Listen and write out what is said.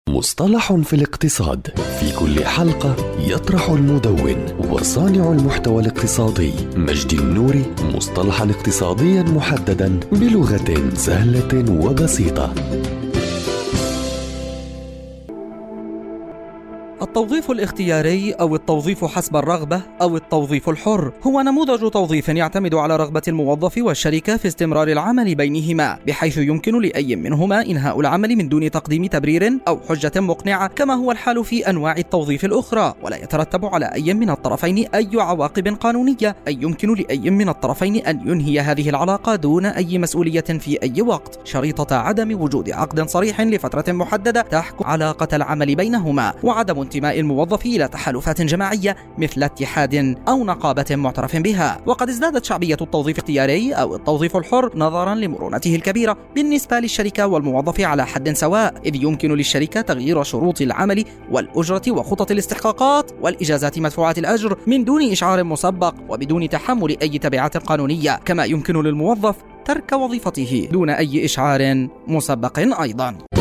مصطلح في الاقتصاد. في كل حلقة يطرح المدون وصانع المحتوى الاقتصادي مجدي النوري مصطلحا اقتصاديا محددا بلغة سهلة وبسيطة. التوظيف الاختياري أو التوظيف حسب الرغبة أو التوظيف الحر هو نموذج توظيف يعتمد على رغبة الموظف والشركة في استمرار العمل بينهما، بحيث يمكن لأي منهما إنهاء العمل من دون تقديم تبرير أو حجة مقنعة، كما هو الحال في أنواع التوظيف الأخرى، ولا يترتب على أي من الطرفين أي عواقب قانونية، أي يمكن لأي من الطرفين أن ينهي هذه العلاقة دون أي مسؤولية في أي وقت، شريطة عدم وجود عقد صريح لفترة محددة تحكم علاقة العمل بينهما، وعدم انتماء الموظف إلى تحالفات جماعية مثل اتحاد أو نقابة معترف بها. وقد ازدادت شعبية التوظيف الاختياري أو التوظيف الحر نظرا لمرونته الكبيرة بالنسبة للشركة والموظف على حد سواء، إذ يمكن للشركة تغيير شروط العمل والأجرة وخطط الاستحقاقات والإجازات مدفوعة الأجر من دون إشعار مسبق وبدون تحمل أي تبعات قانونية، كما يمكن للموظف ترك وظيفته دون أي إشعار مسبق أيضا.